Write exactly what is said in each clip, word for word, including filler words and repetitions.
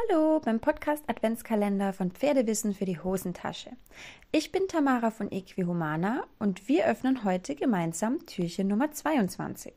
Hallo beim Podcast Adventskalender von Pferdewissen für die Hosentasche. Ich bin Tamara von Equihumana und wir öffnen heute gemeinsam Türchen Nummer zweiundzwanzig.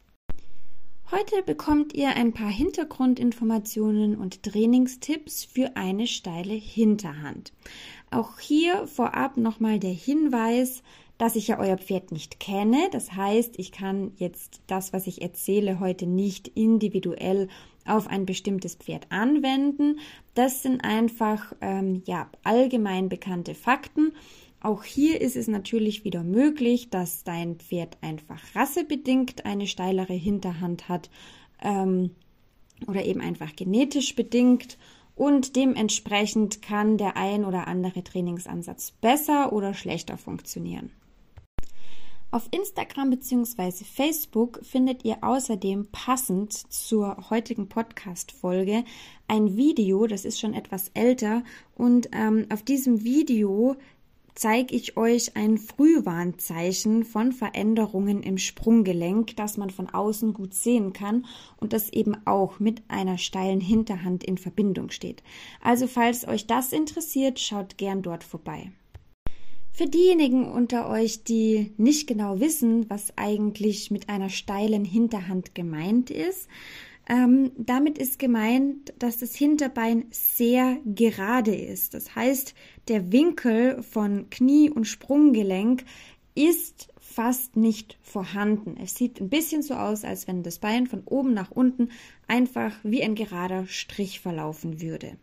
Heute bekommt ihr ein paar Hintergrundinformationen und Trainingstipps für eine steile Hinterhand. Auch hier vorab nochmal der Hinweis, dass ich ja euer Pferd nicht kenne. Das heißt, ich kann jetzt das, was ich erzähle, heute nicht individuell auf ein bestimmtes Pferd anwenden. Das sind einfach ähm, ja, allgemein bekannte Fakten. Auch hier ist es natürlich wieder möglich, dass dein Pferd einfach rassebedingt eine steilere Hinterhand hat ähm, oder eben einfach genetisch bedingt. Und dementsprechend kann der ein oder andere Trainingsansatz besser oder schlechter funktionieren. Auf Instagram bzw. Facebook findet ihr außerdem passend zur heutigen Podcast-Folge ein Video, das ist schon etwas älter, und ähm, auf diesem Video zeige ich euch ein Frühwarnzeichen von Veränderungen im Sprunggelenk, das man von außen gut sehen kann und das eben auch mit einer steilen Hinterhand in Verbindung steht. Also falls euch das interessiert, schaut gern dort vorbei. Für diejenigen unter euch, die nicht genau wissen, was eigentlich mit einer steilen Hinterhand gemeint ist, ähm, damit ist gemeint, dass das Hinterbein sehr gerade ist. Das heißt, der Winkel von Knie und Sprunggelenk ist fast nicht vorhanden. Es sieht ein bisschen so aus, als wenn das Bein von oben nach unten einfach wie ein gerader Strich verlaufen würde.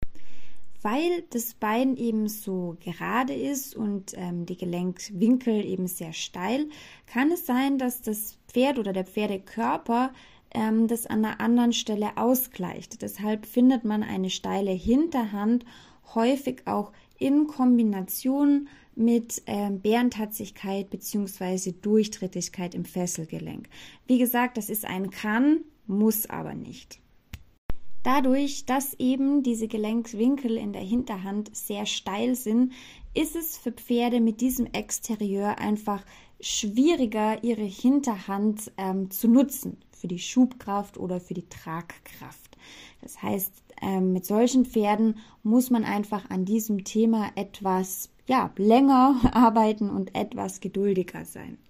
Weil das Bein eben so gerade ist und ähm, die Gelenkwinkel eben sehr steil, kann es sein, dass das Pferd oder der Pferdekörper ähm, das an einer anderen Stelle ausgleicht. Deshalb findet man eine steile Hinterhand häufig auch in Kombination mit ähm, Bärentatzigkeit bzw. Durchtrittigkeit im Fesselgelenk. Wie gesagt, das ist ein Kann, muss aber nicht. Dadurch, dass eben diese Gelenkwinkel in der Hinterhand sehr steil sind, ist es für Pferde mit diesem Exterieur einfach schwieriger, ihre Hinterhand ähm, zu nutzen, für die Schubkraft oder für die Tragkraft. Das heißt, ähm, mit solchen Pferden muss man einfach an diesem Thema etwas ja, länger arbeiten und etwas geduldiger sein.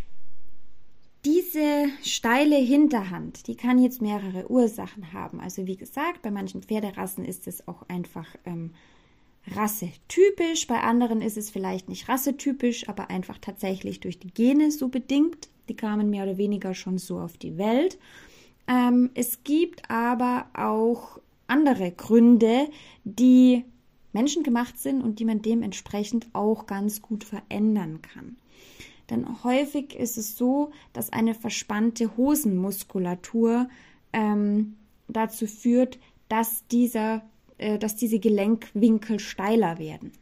Diese steile Hinterhand, die kann jetzt mehrere Ursachen haben. Also wie gesagt, bei manchen Pferderassen ist es auch einfach ähm, rassetypisch, bei anderen ist es vielleicht nicht rassetypisch, aber einfach tatsächlich durch die Gene so bedingt. Die kamen mehr oder weniger schon so auf die Welt. Ähm, es gibt aber auch andere Gründe, die menschengemacht sind und die man dementsprechend auch ganz gut verändern kann. Denn häufig ist es so, dass eine verspannte Hosenmuskulatur ähm, dazu führt, dass, dieser, äh, dass diese Gelenkwinkel steiler werden.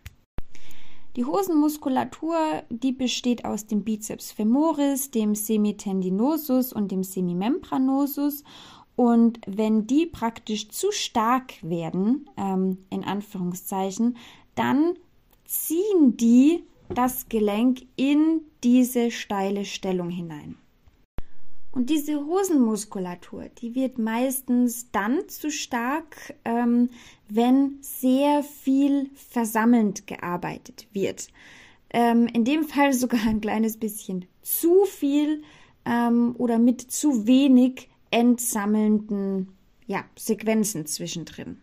Die Hosenmuskulatur, die besteht aus dem Bizeps femoris, dem Semitendinosus und dem Semimembranosus. Und wenn die praktisch zu stark werden, ähm, in Anführungszeichen, dann ziehen die das Gelenk in diese steile Stellung hinein. Und diese Hosenmuskulatur, die wird meistens dann zu stark, ähm, wenn sehr viel versammelnd gearbeitet wird. Ähm, in dem Fall sogar ein kleines bisschen zu viel ähm, oder mit zu wenig entsammelnden ja, Sequenzen zwischendrin.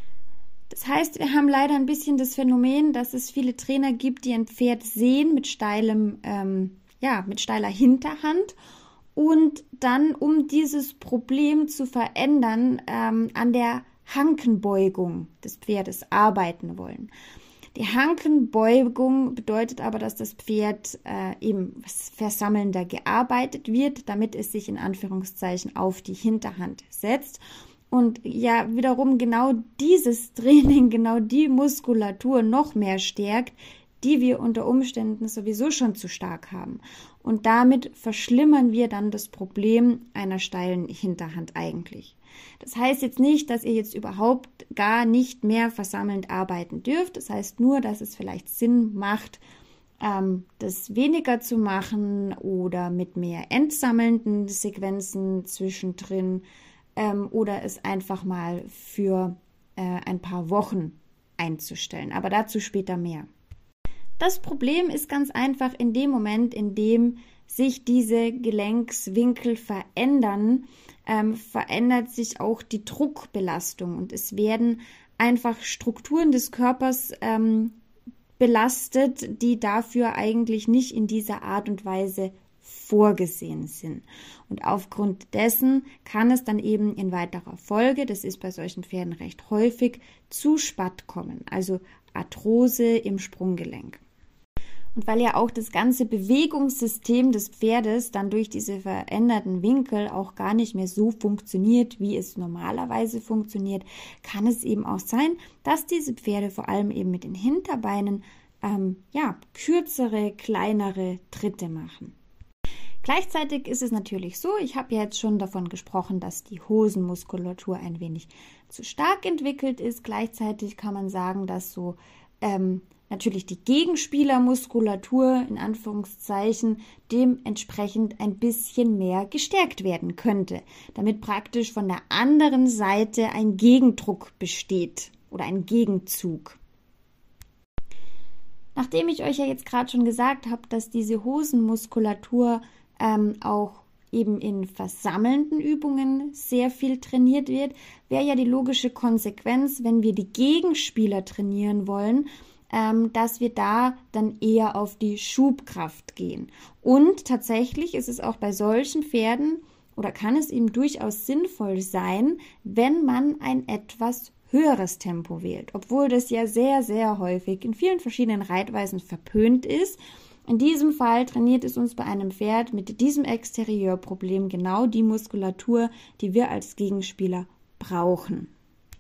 Das heißt, wir haben leider ein bisschen das Phänomen, dass es viele Trainer gibt, die ein Pferd sehen mit steilem, ähm, ja, mit steiler Hinterhand und dann, um dieses Problem zu verändern, ähm, an der Hankenbeugung des Pferdes arbeiten wollen. Die Hankenbeugung bedeutet aber, dass das Pferd äh, eben versammelnder gearbeitet wird, damit es sich in Anführungszeichen auf die Hinterhand setzt. Und ja, wiederum genau dieses Training, genau die Muskulatur noch mehr stärkt, die wir unter Umständen sowieso schon zu stark haben. Und damit verschlimmern wir dann das Problem einer steilen Hinterhand eigentlich. Das heißt jetzt nicht, dass ihr jetzt überhaupt gar nicht mehr versammelnd arbeiten dürft. Das heißt nur, dass es vielleicht Sinn macht, ähm, das weniger zu machen oder mit mehr entsammelnden Sequenzen zwischendrin. Ähm, oder es einfach mal für äh, ein paar Wochen einzustellen. Aber dazu später mehr. Das Problem ist ganz einfach in dem Moment, in dem sich diese Gelenkswinkel verändern, ähm, verändert sich auch die Druckbelastung und es werden einfach Strukturen des Körpers ähm, belastet, die dafür eigentlich nicht in dieser Art und Weise vorgesehen sind. Und aufgrund dessen kann es dann eben in weiterer Folge, das ist bei solchen Pferden recht häufig, zu Spatt kommen, also Arthrose im Sprunggelenk. Und weil ja auch das ganze Bewegungssystem des Pferdes dann durch diese veränderten Winkel auch gar nicht mehr so funktioniert, wie es normalerweise funktioniert, kann es eben auch sein, dass diese Pferde vor allem eben mit den Hinterbeinen ähm, ja, kürzere, kleinere Tritte machen. Gleichzeitig ist es natürlich so, ich habe ja jetzt schon davon gesprochen, dass die Hosenmuskulatur ein wenig zu stark entwickelt ist. Gleichzeitig kann man sagen, dass so ähm, natürlich die Gegenspielermuskulatur in Anführungszeichen dementsprechend ein bisschen mehr gestärkt werden könnte, damit praktisch von der anderen Seite ein Gegendruck besteht oder ein Gegenzug. Nachdem ich euch ja jetzt gerade schon gesagt habe, dass diese Hosenmuskulatur ähm, auch eben in versammelnden Übungen sehr viel trainiert wird, wäre ja die logische Konsequenz, wenn wir die Gegenspieler trainieren wollen, ähm, dass wir da dann eher auf die Schubkraft gehen. Und tatsächlich ist es auch bei solchen Pferden oder kann es eben durchaus sinnvoll sein, wenn man ein etwas höheres Tempo wählt, obwohl das ja sehr, sehr häufig in vielen verschiedenen Reitweisen verpönt ist. In diesem Fall trainiert es uns bei einem Pferd mit diesem Exterieurproblem genau die Muskulatur, die wir als Gegenspieler brauchen.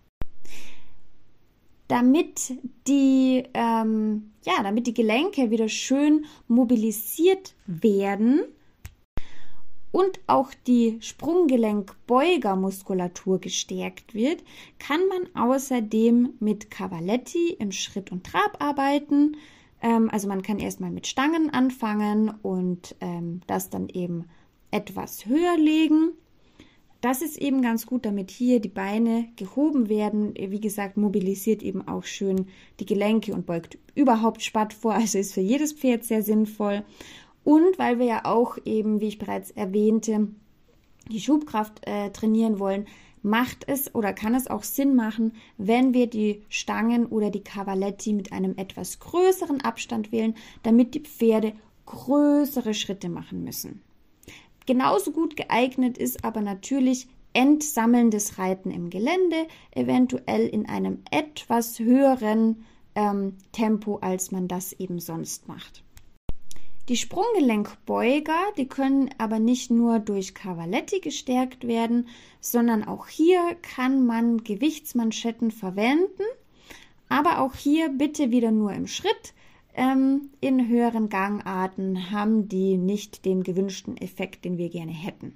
Damit die, ähm, ja, damit die Gelenke wieder schön mobilisiert werden und auch die Sprunggelenkbeugermuskulatur gestärkt wird, kann man außerdem mit Cavaletti im Schritt und Trab arbeiten. Ähm, also man kann erstmal mit Stangen anfangen und ähm, das dann eben etwas höher legen. Das ist eben ganz gut, damit hier die Beine gehoben werden. Wie gesagt, mobilisiert eben auch schön die Gelenke und beugt überhaupt Spatt vor. Also ist für jedes Pferd sehr sinnvoll. Und weil wir ja auch eben, wie ich bereits erwähnte, die Schubkraft äh, trainieren wollen, macht es oder kann es auch Sinn machen, wenn wir die Stangen oder die Cavaletti mit einem etwas größeren Abstand wählen, damit die Pferde größere Schritte machen müssen. Genauso gut geeignet ist aber natürlich entsammelndes Reiten im Gelände, eventuell in einem etwas höheren ähm, Tempo, als man das eben sonst macht. Die Sprunggelenkbeuger, die können aber nicht nur durch Cavaletti gestärkt werden, sondern auch hier kann man Gewichtsmanschetten verwenden, aber auch hier bitte wieder nur im Schritt. Ähm, in höheren Gangarten haben die nicht den gewünschten Effekt, den wir gerne hätten.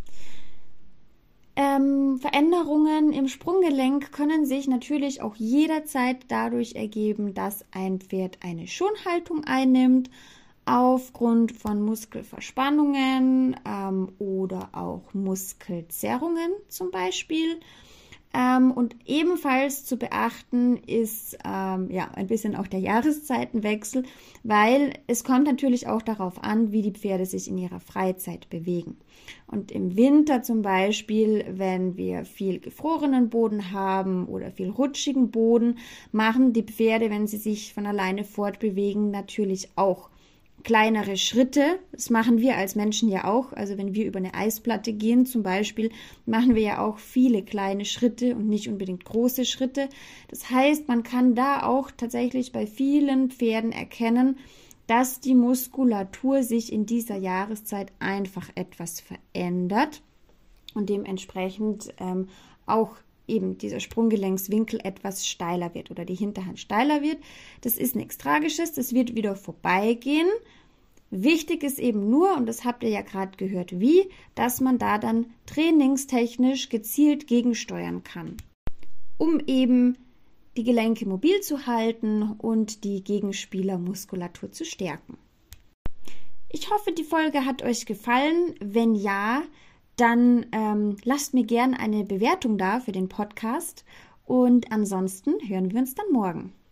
Ähm, Veränderungen im Sprunggelenk können sich natürlich auch jederzeit dadurch ergeben, dass ein Pferd eine Schonhaltung einnimmt, aufgrund von Muskelverspannungen ähm, oder auch Muskelzerrungen zum Beispiel. Ähm, und ebenfalls zu beachten ist ähm, ja ein bisschen auch der Jahreszeitenwechsel, weil es kommt natürlich auch darauf an, wie die Pferde sich in ihrer Freizeit bewegen. Und im Winter zum Beispiel, wenn wir viel gefrorenen Boden haben oder viel rutschigen Boden, machen die Pferde, wenn sie sich von alleine fortbewegen, natürlich auch kleinere Schritte. Das machen wir als Menschen ja auch. Also wenn wir über eine Eisplatte gehen zum Beispiel, machen wir ja auch viele kleine Schritte und nicht unbedingt große Schritte. Das heißt, man kann da auch tatsächlich bei vielen Pferden erkennen, dass die Muskulatur sich in dieser Jahreszeit einfach etwas verändert und dementsprechend ähm, auch eben dieser Sprunggelenkswinkel etwas steiler wird oder die Hinterhand steiler wird. Das ist nichts Tragisches, das wird wieder vorbeigehen. Wichtig ist eben nur, und das habt ihr ja gerade gehört, wie, dass man da dann trainingstechnisch gezielt gegensteuern kann, um eben die Gelenke mobil zu halten und die Gegenspielermuskulatur zu stärken. Ich hoffe, die Folge hat euch gefallen. Wenn ja, dann ähm, lasst mir gerne eine Bewertung da für den Podcast Und ansonsten hören wir uns dann morgen.